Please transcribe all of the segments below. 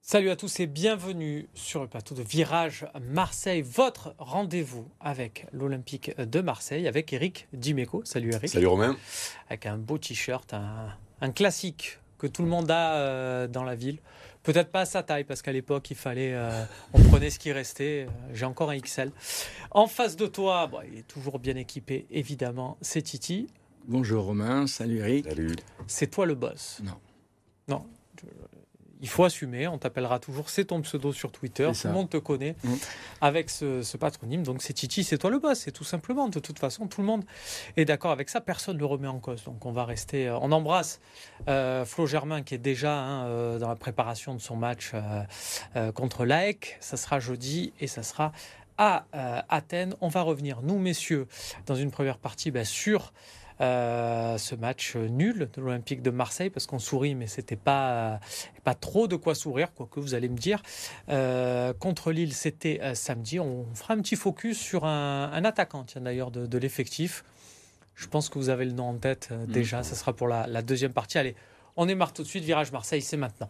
Salut à tous et bienvenue sur le plateau de Virage Marseille, votre rendez-vous avec l'Olympique de Marseille, avec Eric Dimeco. Salut Eric. Salut Romain. Avec un beau t-shirt, un classique que tout le monde a dans la ville. Peut-être pas à sa taille, parce qu'à l'époque, on prenait ce qui restait. J'ai encore un XL. En face de toi, il est toujours bien équipé, évidemment, c'est Titi. Bonjour Romain, salut Eric. Salut. C'est toi le boss. Non. Il faut assumer, on t'appellera toujours, c'est ton pseudo sur Twitter, tout le monde te connaît avec ce patronyme, donc c'est Titi, c'est toi le boss, c'est tout simplement, de toute façon, tout le monde est d'accord avec ça, personne ne le remet en cause, donc on va rester, on embrasse Flo Germain qui est déjà dans la préparation de son match contre l'AEK, ça sera jeudi et ça sera à Athènes. On va revenir, nous messieurs, dans une première partie sur ce match nul de l'Olympique de Marseille, parce qu'on sourit mais c'était pas trop de quoi sourire, quoique vous allez me dire. Contre Lille, c'était samedi. On fera un petit focus sur un attaquant, tiens, d'ailleurs, de l'effectif. Je pense que vous avez le nom en tête déjà. Ça sera pour la deuxième partie. Allez, on démarre tout de suite. Virage Marseille, c'est maintenant.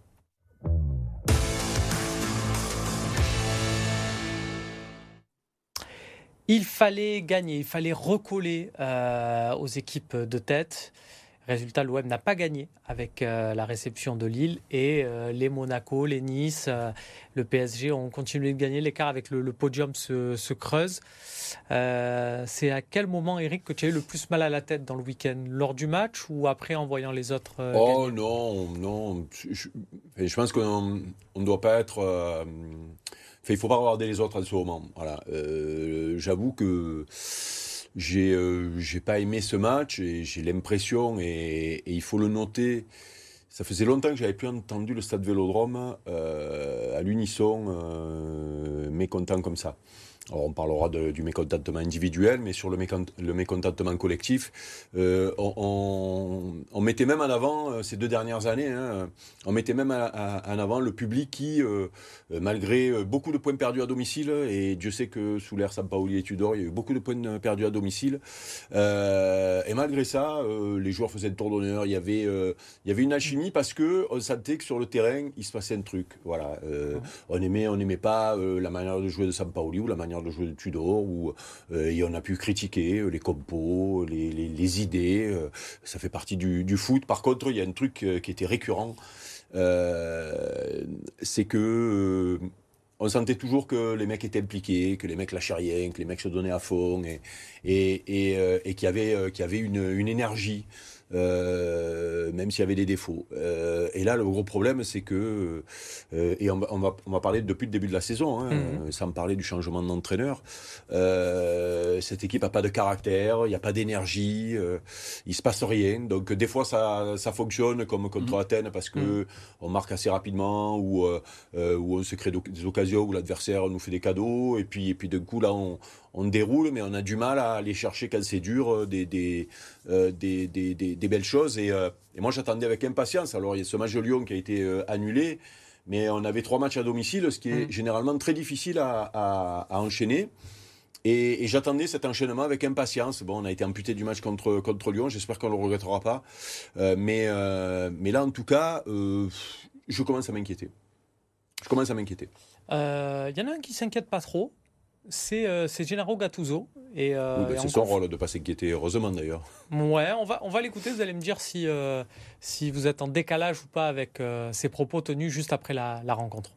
Il fallait gagner, il fallait recoller aux équipes de tête. Résultat, l'OM n'a pas gagné avec la réception de Lille et les Monaco, les Nice, le PSG ont continué de gagner. L'écart avec le podium se creuse. C'est à quel moment, Eric, que tu as eu le plus mal à la tête dans le week-end? Lors du match ou après en voyant les autres gagner? Non. Je pense qu'on ne doit pas être... il ne faut pas regarder les autres en ce moment. Voilà. J'avoue que j'ai pas aimé ce match et j'ai l'impression, et il faut le noter, ça faisait longtemps que j'avais plus entendu le stade Vélodrome à l'unisson mécontent comme ça. Alors on parlera du mécontentement individuel, mais sur le mécontentement collectif, on mettait même en avant, ces 2 dernières années, on mettait même en avant le public qui, malgré beaucoup de points perdus à domicile, et Dieu sait que sous l'ère Sampaoli et Tudor, il y a eu beaucoup de points perdus à domicile, et malgré ça, les joueurs faisaient le tour d'honneur, il y avait une alchimie parce qu'on sentait que sur le terrain, il se passait un truc. Voilà. On n'aimait pas la manière de jouer de Sampaoli ou la manière de jouer de Tudor, et on a pu critiquer les compos, les idées, ça fait partie du foot. Par contre, il y a un truc qui était récurrent, c'est que on sentait toujours que les mecs étaient impliqués, que les mecs lâchaient rien, que les mecs se donnaient à fond, et qu'il y avait une énergie, même s'il y avait des défauts. Et là, le gros problème, c'est que, et on va parler depuis le début de la saison, sans parler du changement d'entraîneur, cette équipe n'a pas de caractère, il n'y a pas d'énergie, il ne se passe rien. Donc des fois, ça fonctionne comme contre Athènes, parce que on marque assez rapidement, ou on se crée des occasions où l'adversaire nous fait des cadeaux, et puis d'un coup, là, on déroule, mais on a du mal à aller chercher quand c'est dur des belles choses. Et moi, j'attendais avec impatience. Alors, il y a ce match de Lyon qui a été annulé, mais on avait 3 matchs à domicile, ce qui est généralement très difficile à enchaîner. Et j'attendais cet enchaînement avec impatience. Bon, on a été amputé du match contre Lyon. J'espère qu'on ne le regrettera pas. Mais là, en tout cas, je commence à m'inquiéter. Il y en a un qui ne s'inquiète pas trop. C'est Gennaro Gattuso. Oui, c'est son rôle de ne pas s'inquiéter, heureusement d'ailleurs. Ouais, on va l'écouter, vous allez me dire si vous êtes en décalage ou pas avec ses propos tenus juste après la rencontre.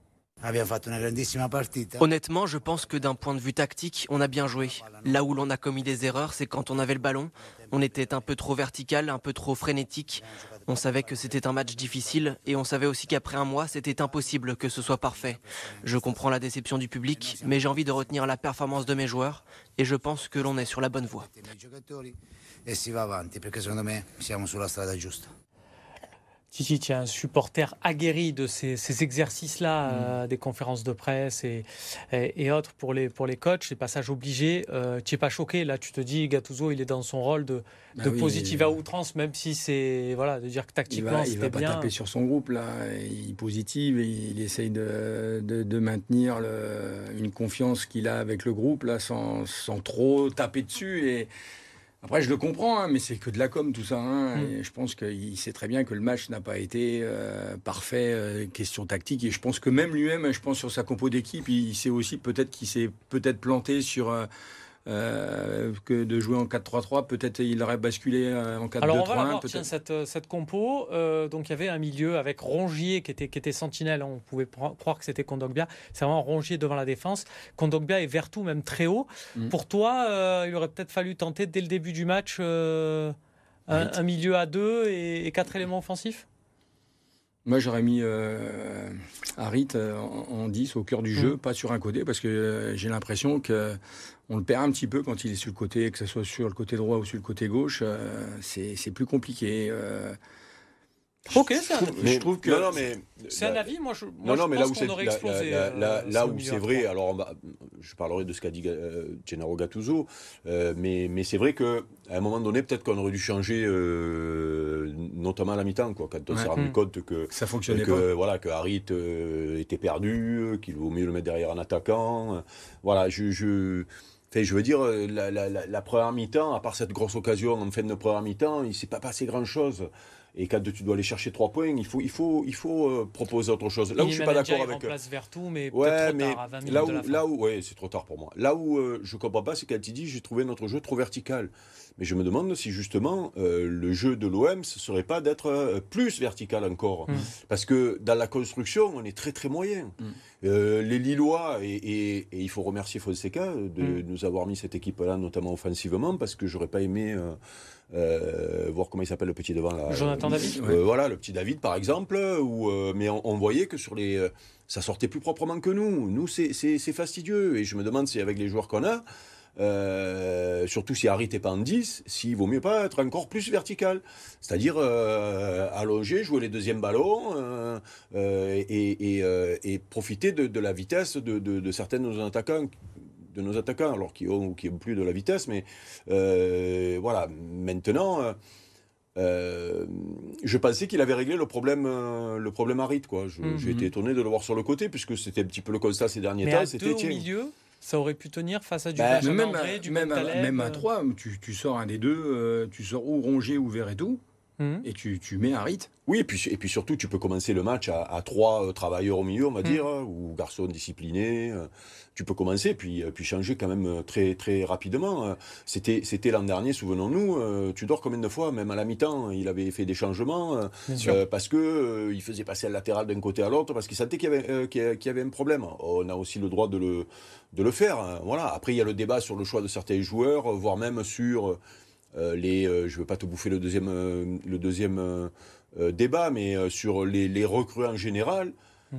Honnêtement, je pense que d'un point de vue tactique, on a bien joué. Là où l'on a commis des erreurs, c'est quand on avait le ballon. On était un peu trop vertical, un peu trop frénétique. On savait que c'était un match difficile et on savait aussi qu'après un mois, c'était impossible que ce soit parfait. Je comprends la déception du public, mais j'ai envie de retenir la performance de mes joueurs et je pense que l'on est sur la bonne voie. Titi, tu es un supporter aguerri de ces exercices-là, des conférences de presse et autres pour les coachs, les passages obligés. Tu n'es pas choqué, là, tu te dis, Gattuso, il est dans son rôle de positive à outrance, même si c'est, de dire que tactiquement, c'était bien. Il va pas taper sur son groupe, là. Il positive, il essaye de maintenir une confiance qu'il a avec le groupe, là, sans trop taper dessus. Après, je le comprends, mais c'est que de la com, tout ça. Et je pense qu'il sait très bien que le match n'a pas été parfait, question tactique. Et je pense que même lui-même, sur sa compo d'équipe, il sait aussi qu'il s'est planté sur... que de jouer en 4-3-3, peut-être il aurait basculé en 4-2-3-1. Alors on va la voir, tiens, cette compo. Donc il y avait un milieu avec Rongier qui était sentinelle. On pouvait croire que c'était Kondogbia. C'est vraiment Rongier devant la défense. Kondogbia et Vertou même très haut. Pour toi, il aurait peut-être fallu tenter dès le début du match un milieu à 2 et 4 éléments offensifs. Moi, j'aurais mis Harit en 10 au cœur du jeu, pas sur un côté, parce que j'ai l'impression qu'on le perd un petit peu quand il est sur le côté, que ce soit sur le côté droit ou sur le côté gauche. C'est plus compliqué. Ok, je trouve que c'est un avis. Moi, je mais pense qu'on aurait explosé. Là où c'est vrai, alors je parlerai de ce qu'a dit Gennaro Gattuso, mais c'est vrai qu'à un moment donné, peut-être qu'on aurait dû changer, notamment à la mi-temps, quand on s'est rendu compte que ça fonctionnait pas. Voilà, que Harit était perdu, qu'il vaut mieux le mettre derrière un attaquant. Voilà, je veux dire, la première mi-temps, à part cette grosse occasion en fin de première mi-temps, il ne s'est pas passé grand-chose. Et quand tu dois aller chercher 3 points, il faut proposer autre chose. Là où je suis pas d'accord avec. Remplace Vertou, mais peut-être trop tard, à 20 minutes de la fin. Ouais, c'est trop tard pour moi. Là où je comprends pas, c'est quand il dit j'ai trouvé notre jeu trop vertical. Mais je me demande si justement le jeu de l'OM ce serait pas d'être plus vertical encore, parce que dans la construction on est très très moyen. Les Lillois et il faut remercier Fonseca de nous avoir mis cette équipe-là, notamment offensivement, parce que j'aurais pas aimé voir comment il s'appelle le petit devant là. Jonathan David. Voilà, le petit David par exemple. Mais on voyait que sur ça sortait plus proprement que nous. Nous c'est fastidieux et je me demande si avec les joueurs qu'on a. Surtout si Harit n'est pas en 10, s'il vaut mieux pas être encore plus vertical. C'est-à-dire allonger, jouer les deuxièmes ballons et profiter de la vitesse de certains de nos attaquants, alors qui ont plus de la vitesse, mais voilà. Maintenant, je pensais qu'il avait réglé le problème Harit, quoi. J'ai été étonné de le voir sur le côté, puisque c'était un petit peu le constat ces derniers temps. C'était au milieu. Ça aurait pu tenir face à du même à 3, tu sors un des deux, tu sors ou Rongier ou Verretou, et tu mets Harit. Oui, et puis surtout, tu peux commencer le match à 3 travailleurs au milieu, on va dire, ou garçons disciplinés. Tu peux commencer, puis changer quand même très, très rapidement. C'était l'an dernier, souvenons-nous, Tudor, combien de fois, même à la mi-temps, il avait fait des changements, parce qu'il faisait passer le latéral d'un côté à l'autre, parce qu'il sentait qu'il y avait un problème. On a aussi le droit de le faire. Voilà. Après, il y a le débat sur le choix de certains joueurs, voire même sur je ne veux pas te bouffer le deuxième débat, mais sur les recrues en général, il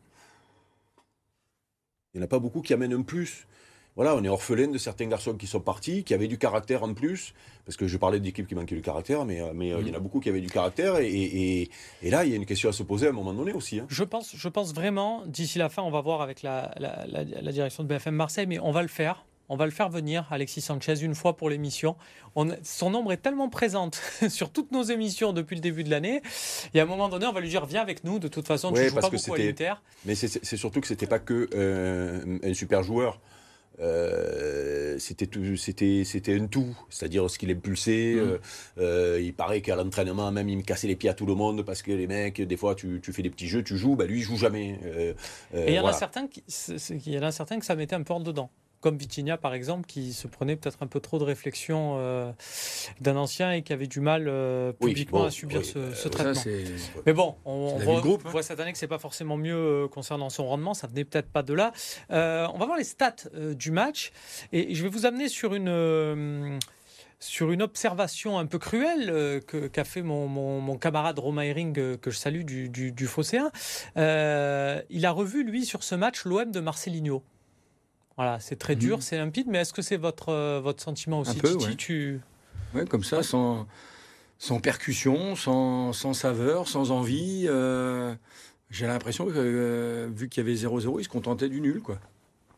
n'y en a pas beaucoup qui amènent un plus. Voilà, on est orphelin de certains garçons qui sont partis, qui avaient du caractère en plus, parce que je parlais d'équipes qui manquaient du caractère, mais il y en a beaucoup qui avaient du caractère, et là, il y a une question à se poser à un moment donné aussi. Je pense vraiment, d'ici la fin, on va voir avec la direction de BFM Marseille, mais on va le faire. On va le faire venir, Alexis Sanchez, une fois pour l'émission. Son ombre est tellement présente sur toutes nos émissions depuis le début de l'année. Et à un moment donné, on va lui dire, viens avec nous. De toute façon, tu ne joues pas beaucoup à l'Inter. Mais c'est surtout que ce n'était pas que un super joueur. C'était un tout, c'est-à-dire ce qu'il impulsait. Il paraît qu'à l'entraînement, même, il me cassait les pieds à tout le monde parce que les mecs, des fois, tu fais des petits jeux, tu joues, lui, il joue jamais. Et il y en a certains que ça mettait un peu en dedans. Comme Vitinha, par exemple, qui se prenait peut-être un peu trop de réflexion d'un ancien et qui avait du mal publiquement à subir ce traitement. Mais bon, on voit cette année que c'est pas forcément mieux concernant son rendement. Ça venait peut-être pas de là. On va voir les stats du match. Et je vais vous amener sur une observation un peu cruelle qu'a fait mon camarade Romain Hering, que je salue, du Phocéen. Il a revu, lui, sur ce match, l'OM de Marcelinho. Voilà, c'est très dur, c'est limpide, mais est-ce que c'est votre sentiment aussi, Titi? Ouais, comme ça, sans percussion, sans saveur, sans envie. J'ai l'impression que, vu qu'il y avait 0-0, il se contentait du nul, quoi.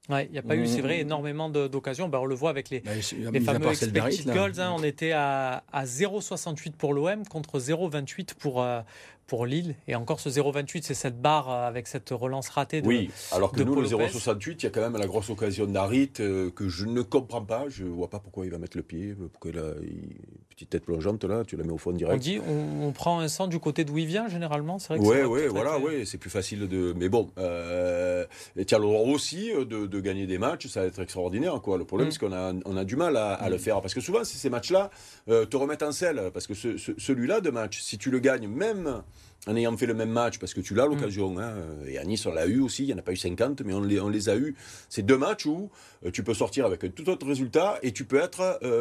Ouais, il n'y a pas eu, c'est vrai, énormément d'occasions. On le voit avec les fameux expected goals. On était à 0,68 pour l'OM contre 0,28 pour Lille. Et encore, ce 0,28, c'est cette barre avec cette relance ratée de Oui, alors que nous, le Pau-Lopez. 0,68, il y a quand même la grosse occasion d'Harit que je ne comprends pas. Je ne vois pas pourquoi il va mettre le pied. Pourquoi petite tête plongeante, là, tu la mets au fond direct. On dit, on prend un centre du côté d'où il vient, généralement. C'est vrai que oui, c'est plus facile de... Mais bon, tu as le droit aussi de gagner des matchs, ça va être extraordinaire, quoi. Le problème, c'est qu'on a du mal à le faire. Parce que souvent, ces matchs-là te remettent en selle. Parce que celui-là de match, si tu le gagnes, même en ayant fait le même match, parce que tu l'as l'occasion, et à Nice, on l'a eu aussi, il n'y en a pas eu 50, mais on les a eu. C'est 2 matchs où tu peux sortir avec un tout autre résultat, et tu peux être,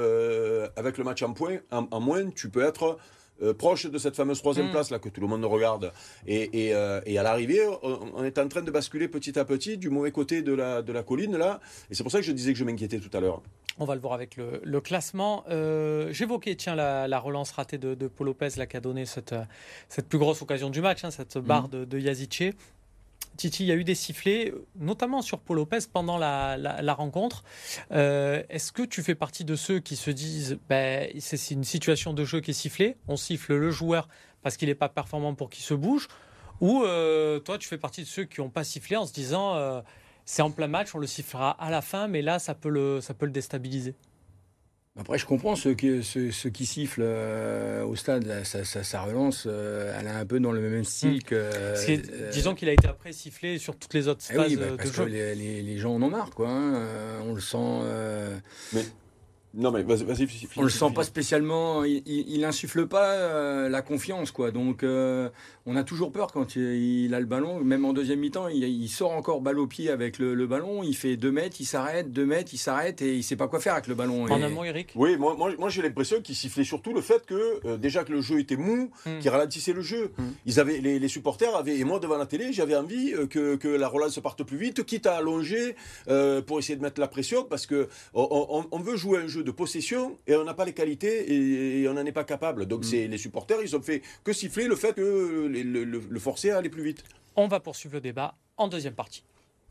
avec le match en moins, tu peux être... proche de cette fameuse 3e place là que tout le monde regarde et à l'arrivée on est en train de basculer petit à petit du mauvais côté de la colline là, et c'est pour ça que je disais que je m'inquiétais tout à l'heure. On va le voir avec le classement. J'évoquais la relance ratée de Pau-Lopez là, qui a donné cette plus grosse occasion du match, cette barre de Yazice. Titi, il y a eu des sifflets, notamment sur Pau-Lopez pendant la rencontre. Est-ce que tu fais partie de ceux qui se disent c'est une situation de jeu qui est sifflée, on siffle le joueur parce qu'il n'est pas performant pour qu'il se bouge, ou toi tu fais partie de ceux qui n'ont pas sifflé en se disant c'est en plein match, on le sifflera à la fin, mais là ça peut le déstabiliser? Après, je comprends ceux qui sifflent au stade. Là, ça relance, elle est un peu dans le même style que... disons qu'il a été après sifflé sur toutes les autres phases parce de jeu. Que les gens en ont marre, quoi. On le sent... Mais... Non mais vas-y. On le sent pas spécialement. Il insuffle pas la confiance, quoi. Donc on a toujours peur quand il a le ballon. Même en deuxième mi-temps, il sort encore balle au pied avec le ballon. Il fait 2 mètres, il s'arrête, 2 mètres, il s'arrête et il sait pas quoi faire avec le ballon. En amont, Eric. Oui, moi j'ai l'impression qu'il sifflait surtout le fait que déjà que le jeu était mou, qu'il ralentissait le jeu. Ils avaient les supporters avaient, et moi devant la télé, j'avais envie que la relance parte plus vite, quitte à allonger pour essayer de mettre la pression, parce que on veut jouer un jeu de possession et on n'a pas les qualités et on n'en est pas capable. Donc c'est les supporters, ils ont fait que siffler le fait que le forcer à aller plus vite. On va poursuivre le débat en deuxième partie.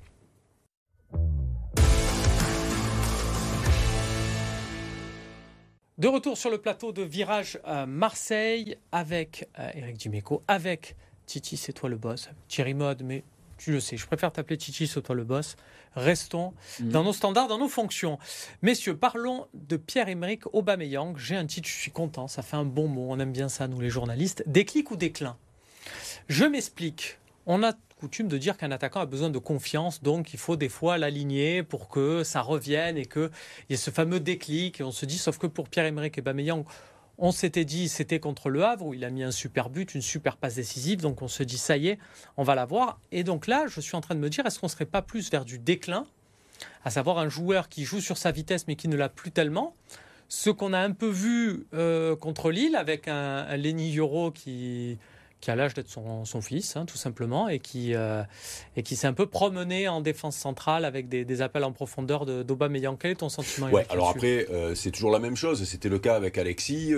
De retour sur le plateau de Virage Marseille avec Eric Dimeco, avec Titi, c'est toi le boss, Thierry Mode, mais tu le sais, je préfère t'appeler Titi, c'est toi le boss. Restons dans nos standards, dans nos fonctions. Messieurs, parlons de Pierre-Emerick Aubameyang. J'ai un titre, je suis content, ça fait un bon mot, on aime bien ça, nous les journalistes. Déclic ou déclin? Je m'explique. On a coutume de dire qu'un attaquant a besoin de confiance, donc il faut des fois l'aligner pour que ça revienne et qu'il y ait ce fameux déclic. Et on se dit, sauf que pour Pierre-Emerick Aubameyang, on s'était dit, c'était contre Le Havre, où il a mis un super but, une super passe décisive. Donc on se dit, ça y est, on va l'avoir. Et donc là, je suis en train de me dire, est-ce qu'on ne serait pas plus vers du déclin, à savoir un joueur qui joue sur sa vitesse, mais qui ne l'a plus tellement. Ce qu'on a un peu vu contre Lille, avec un Lenny Yoro qui a l'âge d'être son fils, tout simplement, et qui s'est un peu promené en défense centrale avec des appels en profondeur d'Aubameyang. Quel est ton sentiment? Alors après, c'est toujours la même chose. C'était le cas avec Alexis.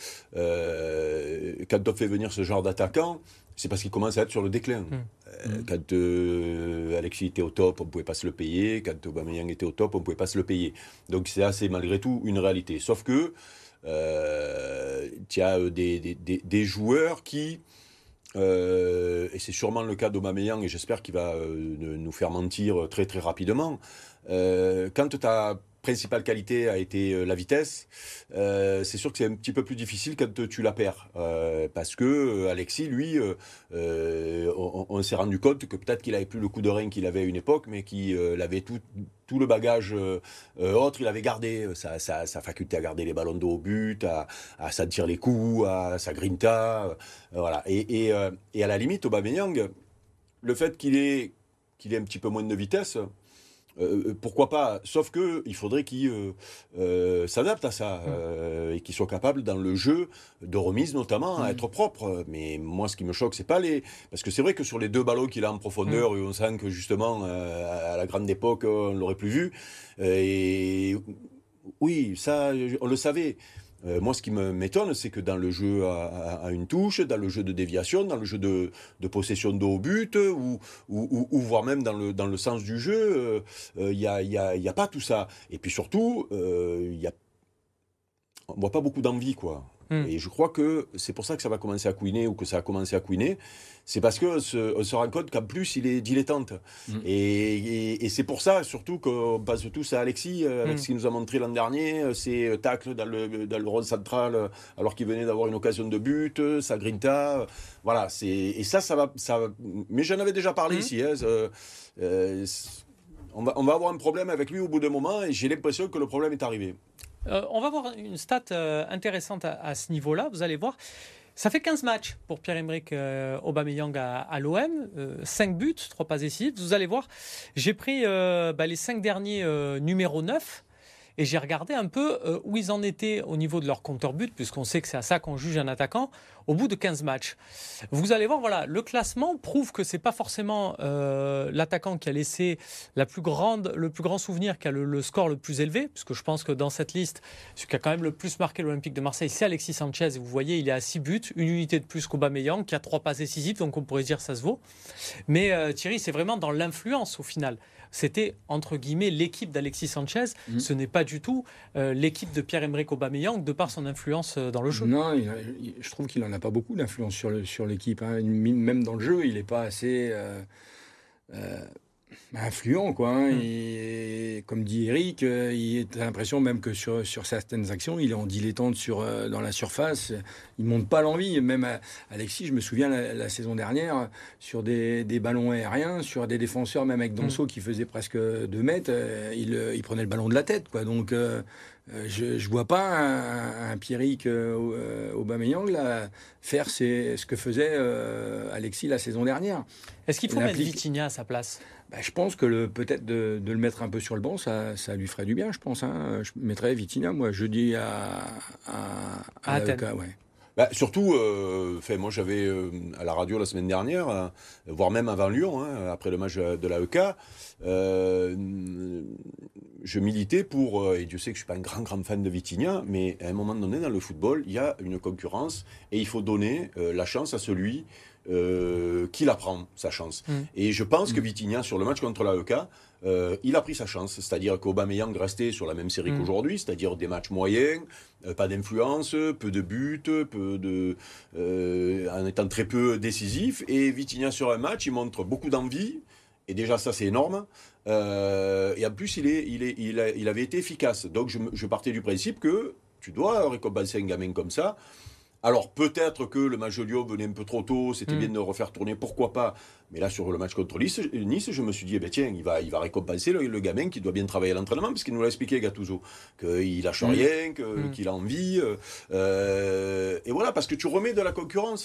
Quand on fait venir ce genre d'attaquant, c'est parce qu'il commence à être sur le déclin. Quand Alexis était au top, on ne pouvait pas se le payer. Quand Aubameyang était au top, on ne pouvait pas se le payer. Donc c'est malgré tout une réalité. Sauf que tu as des joueurs qui... et c'est sûrement le cas d'Aubameyang, et j'espère qu'il va nous faire mentir très très rapidement. Quand ta principale qualité a été la vitesse, c'est sûr que c'est un petit peu plus difficile quand tu la perds, parce que Alexis, lui, on s'est rendu compte que peut-être qu'il avait plus le coup de rein qu'il avait à une époque, mais qu'il avait tout le bagage autre, il avait gardé sa faculté à garder les ballons de haut but, à sentir les coups, à sa grinta, voilà. Et à la limite, Aubameyang, le fait qu'il ait un petit peu moins de vitesse, pourquoi pas, sauf qu'il faudrait qu'il s'adapte à ça et qu'il soit capable dans le jeu de remise notamment à être propre. Mais moi ce qui me choque, c'est pas parce que c'est vrai que sur les 2 ballons qu'il a en profondeur, on sent que justement à la grande époque on l'aurait plus vu, et oui ça on le savait. Moi, ce qui m'étonne, c'est que dans le jeu à une touche, dans le jeu de déviation, dans le jeu de possession de haut but, ou voire même dans le sens du jeu, il y a pas tout ça. Et puis surtout, on voit pas beaucoup d'envie, quoi. Et je crois que c'est pour ça que ça va commencer à couiner, ou que ça a commencé à couiner. C'est parce qu'on se rend compte qu'en plus, il est dilettante. Et c'est pour ça, surtout, qu'on passe tous à Alexis, avec ce qu'il nous a montré l'an dernier, ses tacles dans le rond central, alors qu'il venait d'avoir une occasion de but, sa grinta. Voilà, et ça va. Mais j'en avais déjà parlé ici. On va avoir un problème avec lui au bout d'un moment, et j'ai l'impression que le problème est arrivé. On va voir une stat intéressante à ce niveau-là, vous allez voir. Ça fait 15 matchs pour Pierre-Emerick Aubameyang à l'OM, 5 buts, 3 passes décisives. Vous allez voir, j'ai pris les 5 derniers numéro 9 et j'ai regardé un peu où ils en étaient au niveau de leur compteur but, puisqu'on sait que c'est à ça qu'on juge un attaquant, au bout de 15 matchs. Vous allez voir, voilà, le classement prouve que c'est pas forcément l'attaquant qui a laissé le plus grand souvenir, qui a le score le plus élevé, puisque je pense que dans cette liste, celui qui a quand même le plus marqué l'Olympique de Marseille, c'est Alexis Sanchez. Et vous voyez, il est à 6 buts, une unité de plus qu'Aubameyang, qui a 3 passes décisives, donc on pourrait se dire ça se vaut. Mais Thierry, c'est vraiment dans l'influence au final. C'était, entre guillemets, l'équipe d'Alexis Sanchez. Ce n'est pas du tout l'équipe de Pierre-Emerick Aubameyang, de par son influence dans le jeu. Non, je trouve qu'il n'en a pas beaucoup d'influence sur l'équipe. Hein. Même dans le jeu, il n'est pas assez influent, quoi. Et comme dit Eric, il a l'impression même que sur certaines actions, il est en dilettante dans la surface. Il ne montre pas l'envie. Même Alexis, je me souviens la saison dernière, sur des ballons aériens, sur des défenseurs, même avec Danso qui faisait presque 2 mètres, il prenait le ballon de la tête, quoi. Donc je ne vois pas un Pierre-Emerick Aubameyang là, faire ce que faisait Alexis la saison dernière. Est-ce qu'il faut mettre Vitinha à sa place ? Je pense que peut-être de le mettre un peu sur le banc, ça lui ferait du bien, je pense. Hein. Je mettrais Vitinha, moi, jeudi à l'AEK, ouais. Surtout, moi j'avais à la radio la semaine dernière, voire même avant Lyon, après le match de l'AEK, je militais pour, et Dieu sait que je ne suis pas un grand fan de Vitinha, mais à un moment donné dans le football, il y a une concurrence et il faut donner la chance à celui qui la prend, sa chance. Et je pense que Vitinha, sur le match contre l'AEK, il a pris sa chance, c'est-à-dire qu'Aubameyang restait sur la même série qu'aujourd'hui, c'est-à-dire des matchs moyens, pas d'influence, peu de buts, en étant très peu décisif. Et Vitinha sur un match, il montre beaucoup d'envie, et déjà ça c'est énorme. Et en plus il avait été efficace. Donc je partais du principe que tu dois récompenser un gamin comme ça. Alors peut-être que le match de Lyon venait un peu trop tôt, c'était bien de refaire tourner, pourquoi pas. Mais là sur le match contre Nice, je me suis dit, tiens, il va récompenser le gamin qui doit bien travailler à l'entraînement, parce qu'il nous l'a expliqué, Gattuso, qu'il lâche rien, qu'il a envie. Et voilà, parce que tu remets de la concurrence.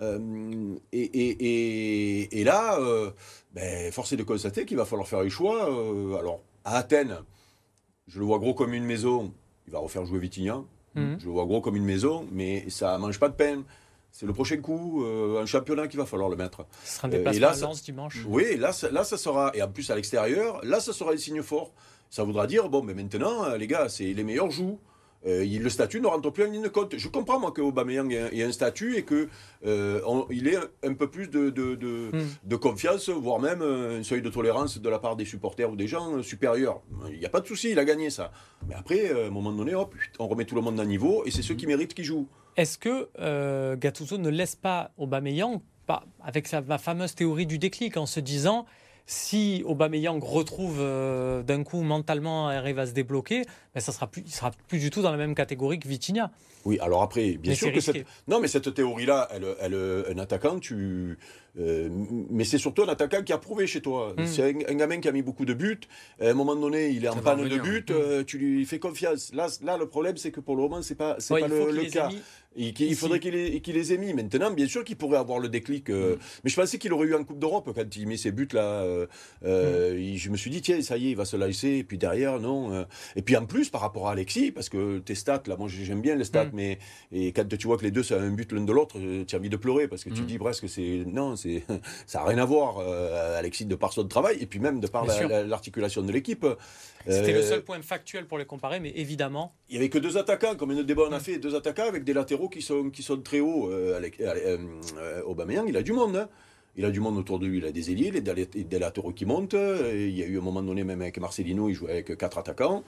Et là, force est de constater qu'il va falloir faire les choix. Alors à Athènes, je le vois gros comme une maison, il va refaire jouer Vitinha. Je le vois gros comme une maison, mais ça ne mange pas de pain. C'est le prochain coup, un championnat qu'il va falloir le mettre. Ce sera un déplacement à Lens dimanche. Oui, là, ça sera, et en plus à l'extérieur, là, ça sera un signe fort. Ça voudra dire, mais maintenant, les gars, c'est les meilleurs jouent. Le statut ne rentre plus en ligne de compte. Je comprends, moi, qu'Aubameyang ait un statut et qu'il ait un peu plus de confiance, voire même un seuil de tolérance de la part des supporters ou des gens supérieurs. Il n'y a pas de souci, il a gagné ça. Mais après, à un moment donné, hop, on remet tout le monde à niveau et c'est ceux qui méritent qui jouent. Est-ce que Gattuso ne laisse pas Aubameyang, avec sa fameuse théorie du déclic, en se disant... Si Aubameyang retrouve d'un coup mentalement arrive à se débloquer, il sera plus du tout dans la même catégorie que Vitinha. Oui, alors après, bien sûr que cette théorie-là, un attaquant, mais c'est surtout un attaquant qui a prouvé chez toi. C'est un gamin qui a mis beaucoup de buts. À un moment donné, il est en panne de buts. Tu lui fais confiance. Là, le problème, c'est que pour le moment, c'est pas le cas. Il faudrait qu'il les ait mis. Maintenant, bien sûr qu'il pourrait avoir le déclic. Mais je pensais qu'il aurait eu en Coupe d'Europe quand il met ses buts là. Je me suis dit, tiens, ça y est, il va se lasser. Et puis derrière, non. Et puis en plus, par rapport à Alexis, parce que tes stats, là, moi j'aime bien les stats, mais quand tu vois que les deux, c'est un but l'un de l'autre, tu as envie de pleurer parce que tu dis presque que ça n'a rien à voir, Alexis, de par son travail et puis même de par l'articulation de l'équipe. C'était le seul point factuel pour les comparer, mais évidemment. Il n'y avait que 2 attaquants, comme le débat on a fait, 2 attaquants avec des latéraux qui sont très hauts. Aubameyang, il a du monde. Hein. Il a du monde autour de lui, il a des ailiers, des latéraux qui montent. Il y a eu un moment donné, même avec Marcelino, il jouait avec 4 attaquants.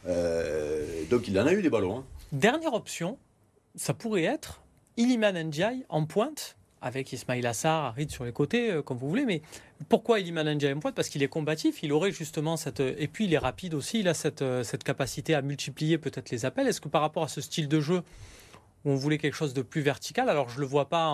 Donc il en a eu des ballons. Hein. Dernière option, ça pourrait être Iliman Ndiaye en pointe, avec Ismaïla Sarr, Harit sur les côtés, comme vous voulez. Mais pourquoi Iliman Ndiaye en pointe ? Parce qu'il est combatif, il aurait justement cette... Et puis il est rapide aussi, il a cette capacité à multiplier peut-être les appels. Est-ce que par rapport à ce style de jeu, où on voulait quelque chose de plus vertical, alors je ne le vois pas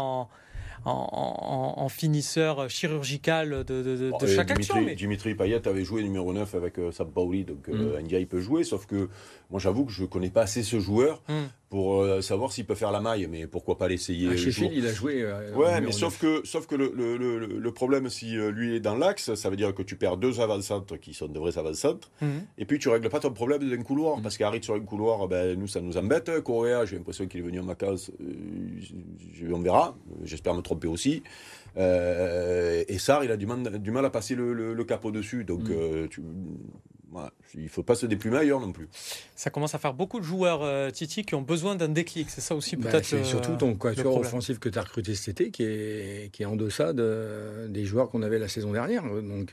en finisseur chirurgical de chaque action. Mais... Dimitri Payet avait joué numéro 9 avec Sampaoli, donc Ndiaye peut jouer, sauf que moi j'avoue que je ne connais pas assez ce joueur pour savoir s'il peut faire la maille, mais pourquoi pas l'essayer. Sheffield, il a joué. Mais sauf que le problème, si lui est dans l'axe, ça veut dire que tu perds 2 avant-centres qui sont de vrais avant-centres, et puis tu ne règles pas ton problème d'un couloir, parce qu'Harit sur un couloir, nous ça nous embête. Correa, j'ai l'impression qu'il est venu en vacances, on verra, j'espère me tromper aussi. Et Sarr, il a du mal à passer le cap au-dessus, donc voilà, il ne faut pas se déplumer ailleurs non plus. Ça commence à faire beaucoup de joueurs, Titi, qui ont besoin d'un déclic. C'est ça aussi peut-être. C'est surtout ton quatuor offensif que tu as recruté cet été qui est en deçà des joueurs qu'on avait la saison dernière. Donc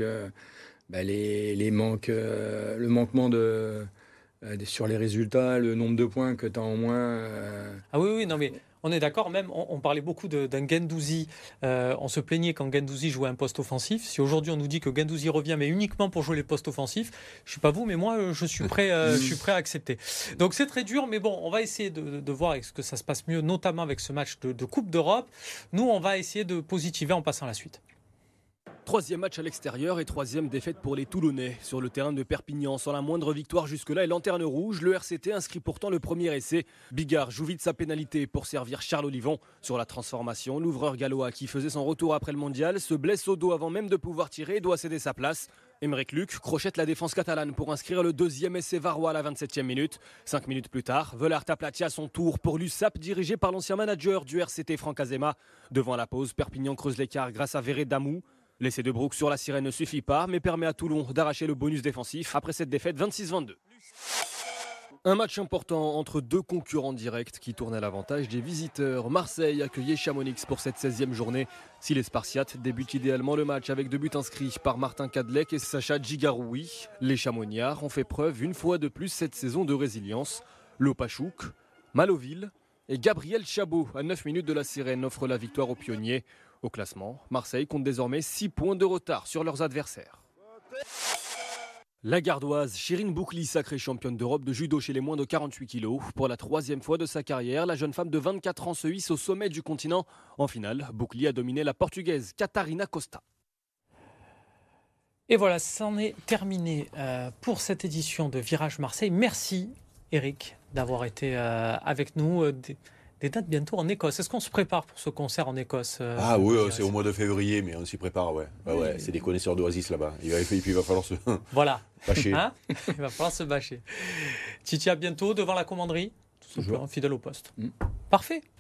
les manques, le manquement sur les résultats, le nombre de points que tu as en moins. Ah oui, non mais. On est d'accord, même on parlait beaucoup d'un Guendouzi, on se plaignait quand Guendouzi jouait un poste offensif. Si aujourd'hui on nous dit que Guendouzi revient mais uniquement pour jouer les postes offensifs, je ne sais pas vous, mais moi je suis prêt à accepter. Donc c'est très dur, mais bon, on va essayer de voir est-ce que ça se passe mieux, notamment avec ce match de Coupe d'Europe. Nous, on va essayer de positiver en passant à la suite. 3e match à l'extérieur et 3e défaite pour les Toulonnais. Sur le terrain de Perpignan, sans la moindre victoire jusque-là et lanterne rouge, le RCT inscrit pourtant le premier essai. Bigard joue vite sa pénalité pour servir Charles Olivon. Sur la transformation, l'ouvreur gallois qui faisait son retour après le mondial se blesse au dos avant même de pouvoir tirer et doit céder sa place. Emeric Luc crochette la défense catalane pour inscrire le 2e essai varois à la 27e minute. 5 minutes plus tard, Velart aplatit à son tour pour l'USAP dirigé par l'ancien manager du RCT Franck Azema. Devant la pause, Perpignan creuse l'écart grâce à Verret Damou. L'essai de Brooks sur la sirène ne suffit pas, mais permet à Toulon d'arracher le bonus défensif après cette défaite 26-22. Un match important entre 2 concurrents directs qui tournent à l'avantage des visiteurs. Marseille accueillait Chamonix pour cette 16e journée. Si les Spartiates débutent idéalement le match avec 2 buts inscrits par Martin Kadlec et Sacha Djigaroui, les Chamonniards ont fait preuve une fois de plus cette saison de résilience. Lopachouk, Maloville et Gabriel Chabot à 9 minutes de la sirène offrent la victoire aux pionniers. Au classement, Marseille compte désormais 6 points de retard sur leurs adversaires. La Gardoise Chérine Boukli, sacrée championne d'Europe de judo chez les moins de 48 kg. Pour la 3e fois de sa carrière, la jeune femme de 24 ans se hisse au sommet du continent. En finale, Boukli a dominé la Portugaise Catarina Costa. Et voilà, c'en est terminé pour cette édition de Virage Marseille. Merci Eric d'avoir été avec nous. Des dates bientôt en Écosse. Est-ce qu'on se prépare pour ce concert en Écosse Ah oui, c'est au mois de février, mais on s'y prépare, ouais. Ouais, c'est des connaisseurs d'Oasis là-bas. Il va falloir se bâcher. Hein, il va falloir se bâcher. Titi, à bientôt devant la commanderie. Tout simplement, fidèle au poste. Parfait.